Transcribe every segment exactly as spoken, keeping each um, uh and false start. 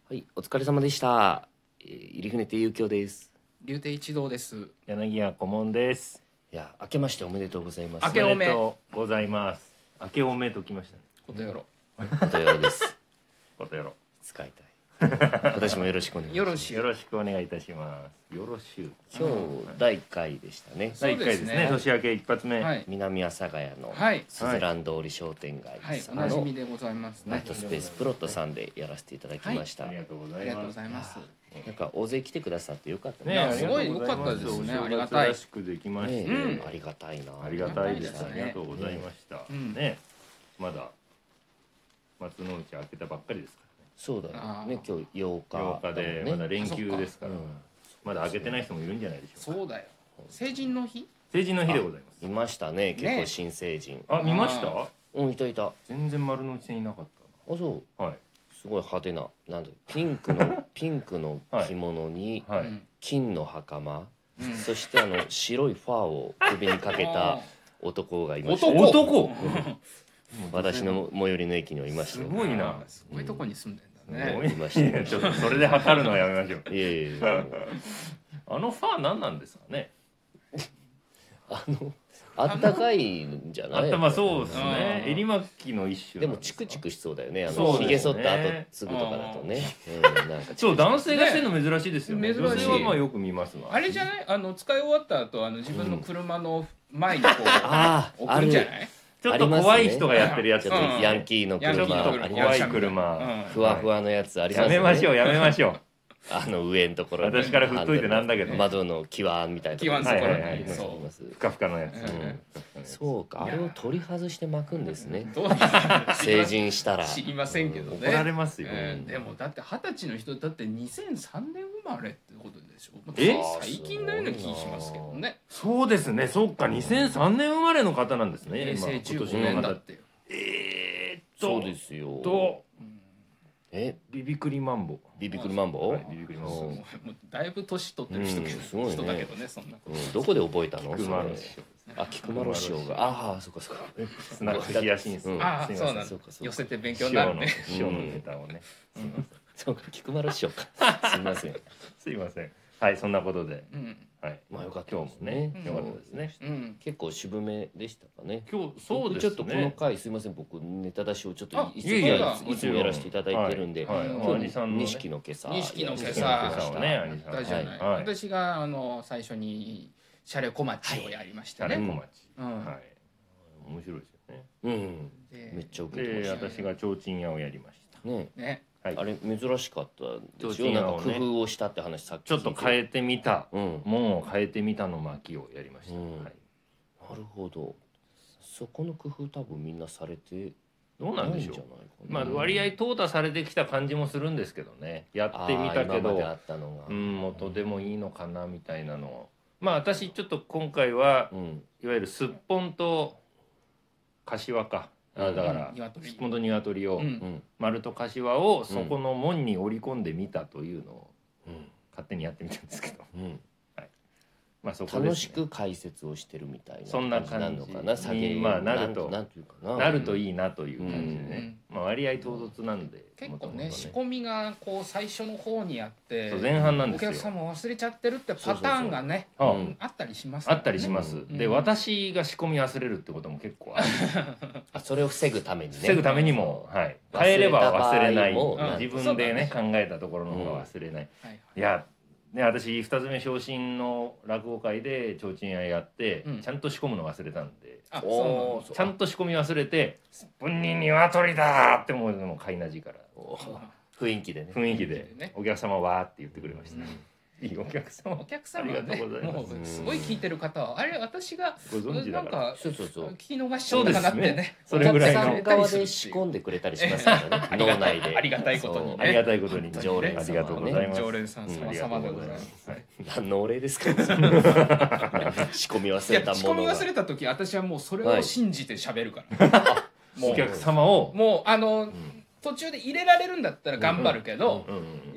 はい、お疲れ様でした。えー、入船亭遊興です。 竜亭一同です。 柳家顧問です。 いや、明けましておめでとうございます。 明けおめ。 おめでとうございます。明けおめときましたね。 ことよろ。 ことよろです。 ことよろ。 使いたい。今年もよろしくお願いします。 よろしよろしくお願いいたします。よろしゅう。 今日だいいっかいでしたね。 だいいっかいですね。年明け一発目。 はい。 南阿佐ヶ谷のはい。 すずらん通り商店街さんの、 はい、おなじみでございますね。 ナイトスペースプロットさんでやらせていただきました。 ありがとうござありがとうごいます。 ざいます。 なんか大勢来てくださってよかったね。 いやすごい良かったですね。ありがたい。 らしくできましねて、 え、ありがたいな。 ありがたいです。 ありがたいですねありがとうございました。 うんね、まだ松の内開けたばっかりですからね。 そうだよね。今日ようか。 ようかでまだ連休ですからうん、 まだ開けてない人もいるんじゃないでしょうか。 そうだよ。成人の日？ 成人の日でございます。 いましたね。結構新成人。 あ、見ました？ うん、いたいた。 全然丸の内線いなかったあ、そう。 な。はい。 すごい派手な、なんだピンクのピンクの着物にはい。 うん金の袴、 うんそしてあの白いファーを首にかけた男がいました。 男男。 私の最寄りの駅にはいましたよ。 すごいな。 すごいとこに住んでんすだね。 ごいいましたいやちょっとそれで測るのはやめましょう。 いやいやいや、 あのファー何なんですかね。 あのあったかいんじゃない？ あったまあそうですね。 うん襟巻きの一種でもなんすか。 チクチクしそうだよね。あのそうですねひげ剃った後継ぐとかだとね。うん、なんかそう男性がしてるの珍しいですよね。 ね珍しい女性はまあよく見ますが。 あれじゃない？あの使い終わった後あの自分の車の前にこうああ、 置あるくんじゃない？ ちょっと怖い人がやってるやつ。 ちょっとヤンキーのヤンキー車、 の車あります怖い車。 うんふわふわのやつありますやよね。 めましょうやめましょう。 あの上のところに私から振っといてなんだけど窓の際みたいなところ際のところにはいはいはいありますそうありますふかふかのやつ。 うんそうか、あれを取り外して巻くんですね。 どうです成人したら知りませんけどね。 怒られますよ。 えーでもだって二十歳の人だってにせんさんねん生まれってことでしょ。 え最近のような気しますけどね。 そうですね。そっかにせんさんねん生まれの方なんですね。 平成今じゅうご今年の方ねんだってよ。 えーっとそうですよ。 とえ、 ビビクリマンボ。 ビビクルマンボ、 はいビビクリマンボ。 うんもうだいぶ年取ってる人,、 うんすごいね人だけどねそんなこうと。 んどこで覚えたの？ クマロそれ師匠。 あ、菊丸師匠が。ああ、そっかそっか。 スナックヒヤシンス。 うんああすいませそうなんだそうかそうか寄せて勉強師匠のになるね。 師匠のネタをね。 そうか、菊丸師匠か。すみません。 すいません。はい、そんなことで、 うんはい。 まあよかった今日もね、 うんよかったですね。 うん。 結構渋めでしたかね。 今日そうですね。 僕ちょっとこの回すいません、僕ネタ出しをちょっとあいつもいえいえいつもやらせていただいてるんで、 はいはい今日兄さんのね錦の今朝錦の今錦朝の今朝をね兄さんだじゃない。 はい私があの最初にシャレ小町をやりましたね。 タレ小町。 うんはい。面白いですよね。 うん、 でめっちゃ受けてまで、 し私が提灯屋をやりました。 たね。 ね。 はいあれ珍しかったですよ。 提灯なんか工屋をね夫をしたって話さっきちょっと変えてみた、 うん、 門を変えてみたの巻をやりました。 うんはい。 なるほど。そこの工夫多分みんなされてどうなんでしょう。 ないんじゃないかまあな。 割合淘汰されてきた感じもするんですけどね。やってみたけあー今まであど、 ったのが、 うん元でもいいのかなみたいなのを。まあ私ちょっと今回はうん、 いわゆるすっぽんと柏か。あだからうん鶏すっぽんと鶏を、 うんうん、 丸と柏をそこの門に織り込んでみたというのをうん、 勝手にやってみたんですけど、 うん。 まあそこですね楽しく解説をしてるみたいなそんな感じな感じのかな。下げにまあなるとなんなんていうかな。 なるといいなという感じでうんね、まあ割合唐突なんで結構元々 ね仕込みがこう最初の方にあってそう前半なんおですよ客様忘れちゃってるってパターンがねあうんあったりしますあったりします、 うんで私が仕込み忘れるってことも結構あるあ、それを防ぐためにね。 防ぐためにも、はい、 忘れ変えれば忘れないた場合も自分でね考えたところの方が忘れない、 はいはいいやね、私二つ目昇進の落語会で提灯屋やって、 うんちゃんと仕込むの忘れたんであおーそうちゃんと仕込み忘れて「すっぽんに鶏だ!」ってもうもう飼いなじからおー雰囲気でね。 雰囲気で雰囲気でねお客様はって言ってくれました、 うんいいお客様お客様はありがねとうございますもうすごい聞いてる方はあれ私がご存知だからなんかそうそうそう聞き逃しちゃったかなってねそうですねそれぐらいのお客さん側で仕込んでくれたりしますからね。脳内で。 ありがたいことにねそうありがたいことに常連様ありがとうございます常連さんうん様様でございます、 はい何のお礼ですか。仕込み忘いやれたものが。 仕込み忘れた時私はもうそれを信じて喋るから、もうお客様をもうあの、 ん途中で入れられるんだったら頑張るけど、 うんうんうん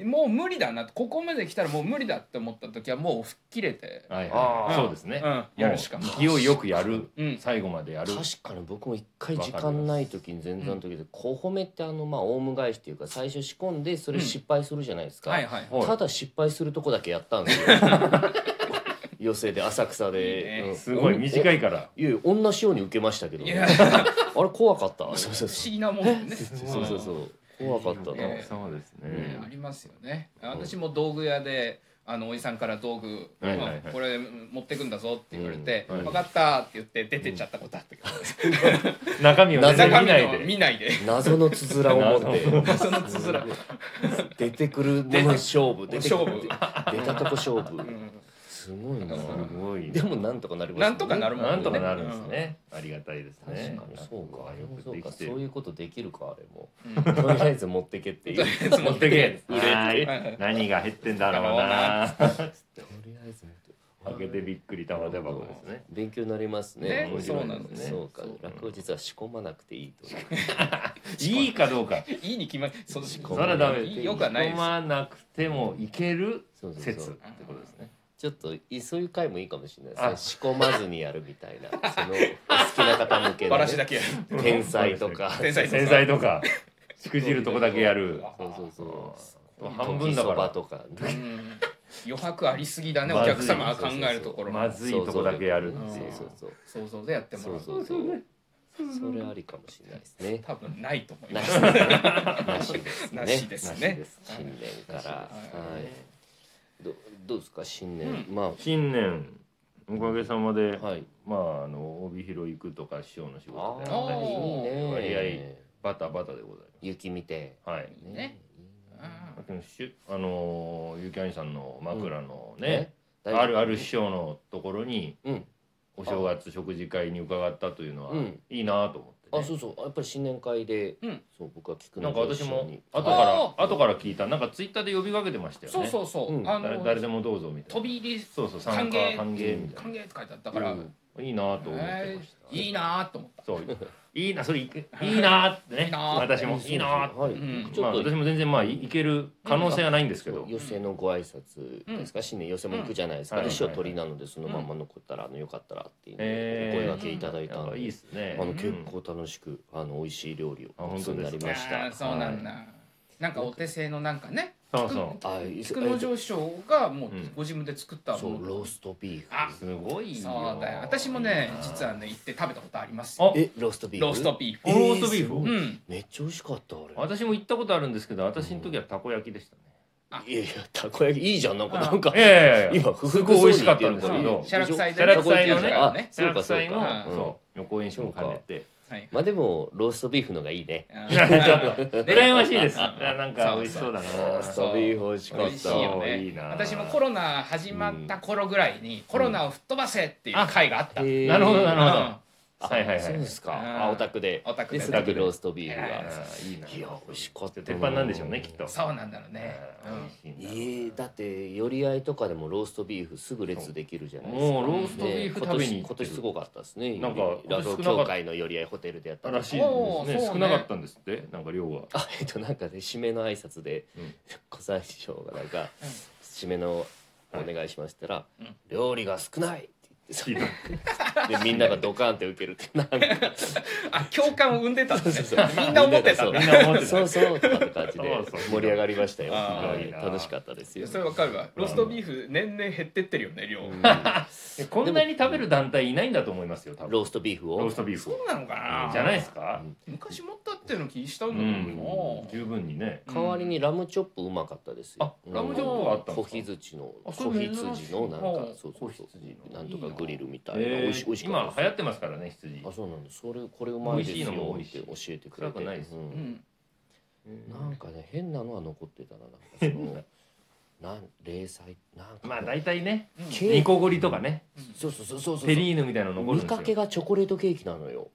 もう無理だな、ここまで来たらもう無理だって思った時はもう吹っ切れて、 はいあーはい、そうですね、 うんやるしかもう勢いよくやる、 うん最後までやる。 確かに僕も一回時間ない時に前座の時で小褒めってあのまあオウム返しっていうか最初仕込んでそれ失敗するじゃないですか、 はいはいはいただ失敗するとこだけやったんですよ寄席で浅草でいいねうんすごい短いからいやいや同じように受けましたけど、ね、 いやあれ怖かったそうそう不そ思議なもんねうそうそうそう怖かったな、 ねそうですね、 ねありますよね。私も道具屋であのおじさんから道具、 はいはいはいうんこれ持ってくんだぞって言われて、 うんはい分かったって言って出てっちゃったことあったけど、 中身を全然中身見ないでの見ないで謎のつづらを持ってそのつづら、 出てくるもの勝負出てくる勝負出たとこ勝負うんすごいなすごいでもなんとかなりますねなんとかなるもんね。 なんとかなるんですね、ありがたいです確ね。 かにそうかよくそうかできてる。 そういうことできるかあれもうんとりあえず持ってけっていうとりあえず持ってけ。 売れてはいはい何が減ってんだろうな。 とりあえず持って開けてびっくり玉手箱ですね。 勉強になりますねね面白いそうなんですねそうか落語実は仕込まなくていいといいかどうか。 いいに決まり、そそれはダメ。 よくはないです。 仕込まなくてもいけるそうそう説っそうてことですね。 ちょっといそういう回もいいかもしれないですあね仕込まずにやるみたいなそのお好きな方向けのねバラシだけやる。 天才とか天才とか繊細とかしくじるとこだけやる。 そうそうそう半分だから時そばとかうん余白ありすぎだね、 まずいお客様が考えるところ。 まずいとこだけやるってそういう。 そうそう想像でやってもらう。 そうそうそうそれありかもしれないですね多分ないと思いなします。 なしですねなしですねなしです新年からはいどどうですか新年うま新年おかげさまで、 あはいまああの帯広行くとか師匠の仕あ事であったりあいいね割合バタバタでござい雪見てます。はい。 ねあとしあのーゆきあにさんの枕のね、 ねあるある師匠のところにうんお正月食事会に伺ったというのはうんいいなと思って、ねあそうそうやっぱり新年会でうんそう僕は聞くなんか私も後あから後から聞いたなんかツイッターで呼びかけてましたよね。 そうそうそう、 うんあの誰誰でもどうぞみたいな。 飛び入りそうそう参加歓迎歓迎みたい歓迎って書いてあったから、 うんな。いいなと思ってまえした。 ーいいなと思った。 そういいなそれいけいいなってねいいな私もいいなはいうんまあちょっと私も全然まあいいける可能性はないんですけど、 寄席のご挨拶ですか新年寄席も行くじゃないですかうんで師匠鳥なのでそのまま残ったらあのよかったらっていうのえーでお声掛けいただいたやっぱいいんでですね。 あの結構楽しくあの美味しい料理をあごちそうになりましたあーそうなんだ、なんかお手製のなんかねそうそうあ菊之丞師匠がもううんご自分で作ったものそうローストビーフあすごいよ。 そうだよ私もねいいな実はね行って食べたことありますよあえローストビーフローストビーフローストビーフえーすごいうんめっちゃ美味しかったあれ私も行ったことあるんですけど私の時はたこ焼きでしたね。 いやいやたこ焼きいいじゃんなんかあなんかいやいやいや今不すごい美味しかったんですけどシャラクサイでシャラクサイのねあねシャラクサイのそうかそうかそう予行演習も兼ねてはいまあでもローストビーフのがいいねあちょっと羨ましいです。いやなんか美味しそうだな。 ローストビーフ美味しかった美味しいよねいいな私もコロナ始まった頃ぐらいにコロナを吹っ飛ばせっていう会があった、 へーなるほどなるほど。 うんはいはいはい。 そうですかうんあお宅でお宅ででその時ローストビーフはがあーいいな。 いや美味しかったな鉄板なんでしょうねきっと。 そうなんだろうね、 美味しいんだろうなええだって寄り合いとかでもローストビーフすぐ列できるじゃないですかもうローストビーフね食べに行ってる今年今年すごかったですねなんかラジオ協会の寄り合いホテルでやったらしいですね。 おーそうね少なかったんですってなんか量が。 あえっとなんかね締めの挨拶でうん小西師匠がなんかうん締めのお願いしましたらうん料理が少ないって聞い言ってでみんながドカンって受けるってなんかあ共感を生んでたんだねそうそうみんな思ってたんそうだみんな思ってたそうそうとかって感じでそうそう盛り上がりましたよあーいいな楽しかったですよそれわかるわローストビーフ年々減ってってるよね量、 うんえこんなに食べる団体いないんだと思いますよ多分。 ローストビーフをローストビーフそうなのかなじゃないですか。 昔もったっていうの気したんだうけどんな、 十分にね。 代わりにラムチョップうまかったですよあラムチョップがあったん子ですか。 羊のあそ子れ珍しい羊のなんかうんそうそうそう子羊のなんとかグリルみたいなえ美味し美味しかったです今流行ってますからね羊。 あそうなんですそれこれうまいですよ美味しいのもって美味しい教えてくれて辛くないですううんんなんかね変なのは残ってたななんかそのなん零細なんかまあ大体ねケーニコゴリとかねそうそうそうそうそうテリーヌみたいなの残るんですよ。 見かけがチョコレートケーキなのよ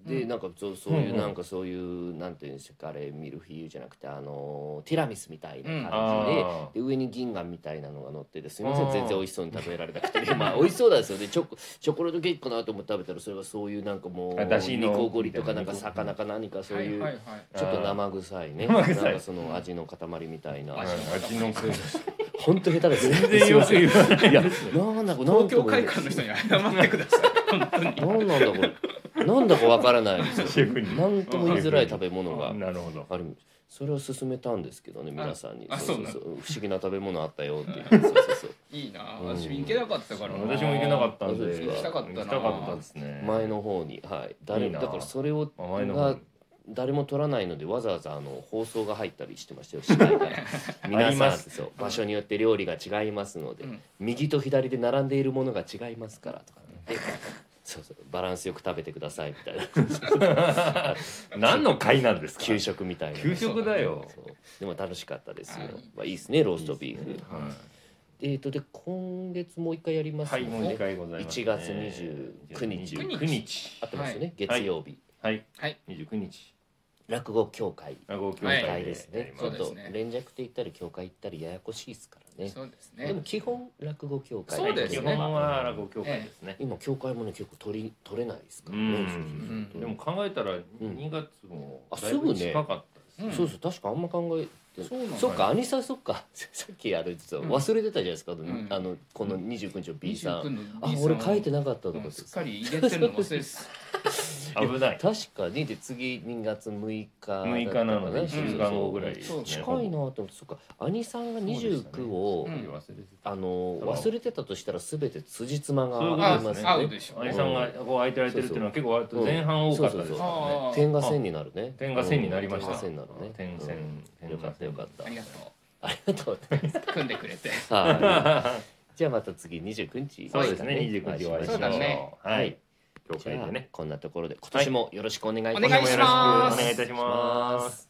でなんかそうそういうなんかそういうなんていうんですかあれミルフィーユじゃなくてあのティラミスみたいな感じで、 あで上に銀河みたいなのが乗っててすみませあーん全然美味しそうに食べられなくて、ね、まあ美味しそうなんですよね。チョコチョコレートケーキかなと思って食べたらそれがそういうなんかもうあだしのニコゴリとかなんか魚か何かそういうはいはいはいちょっと生臭いね生臭いなんかその味の塊みたいな、 あ味味の本当下手です全然よく言わないいやなんだこれなん東京とも会館の人に謝ってください本当になんなんだこれなんだかわからないんですよ。 シェフになんとも言いづらい食べ物がなるほどある。それを勧めたんですけどね皆さんに。 あそうそうあそう不思議な食べ物あったよって言ってそうそうそういいなうん私行けなかったからな私も行けなかったんであそうですか行きたかったな行きたかったですね前の方にはい誰いいなだからそれをあ前の方がに誰も取らないのでわざわざあの放送が入ったりしてましたよ司会から皆さんありますそう場所によって料理が違いますので、 うん右と左で並んでいるものが違いますからとかねでそうそうバランスよく食べてくださいみたいな何の会なんですか給食みたいな給食だよそうでも楽しかったですよあいいまあいいですねローストビーフはえーとで今月もう一回やりますいもう一回ございますねいちがつにじゅうくにちにじゅうくにちあってますよね、 はい月曜日、 はいはいにじゅうくにち落語協会落語協はい会会ですね、ちょっとそうですね連弱って言ったり協会行ったりややこしいですからねそうですでもね基本落語協会そうですね基本は落語協会ですね今協会もね結構取り取れないですからね、 うんそうそうそうでも考えたらにがつもあだいぶ近かったですうんそうそう確かあんま考えてそうなんだそっか兄さんそっかさっきあれ実は忘れてたじゃないですか、 んあのこのにじゅうくにちの B さん、 にじゅうくのあ B さん俺書いてなかったとかってうんすっかり入れてるの忘れてた危ない確かにで次にがつむいかだったかむいかなのでそうそうそういっしゅうかんごぐらいそう近いなと思ってそっか兄さんがにじゅうくを、 うん忘れてたあの忘れてたとしたら全て辻褄がそういうこと合いでますすね合うでしょ兄さんがこう空いてられてるっていうのは結構割と前半多かったですからそうそうそうね点が線になるね点が線になりました点が線になるね点線うん点よかったよかったありがとありがとうう組んでくれてはいじゃあまた次にじゅうくにちそうですねにじゅうくにちお会いしましょそうだねうはい協じゃあ会でねこんなところで今年もよろしくお願いいたお願いします今年もよろしくお願いいたします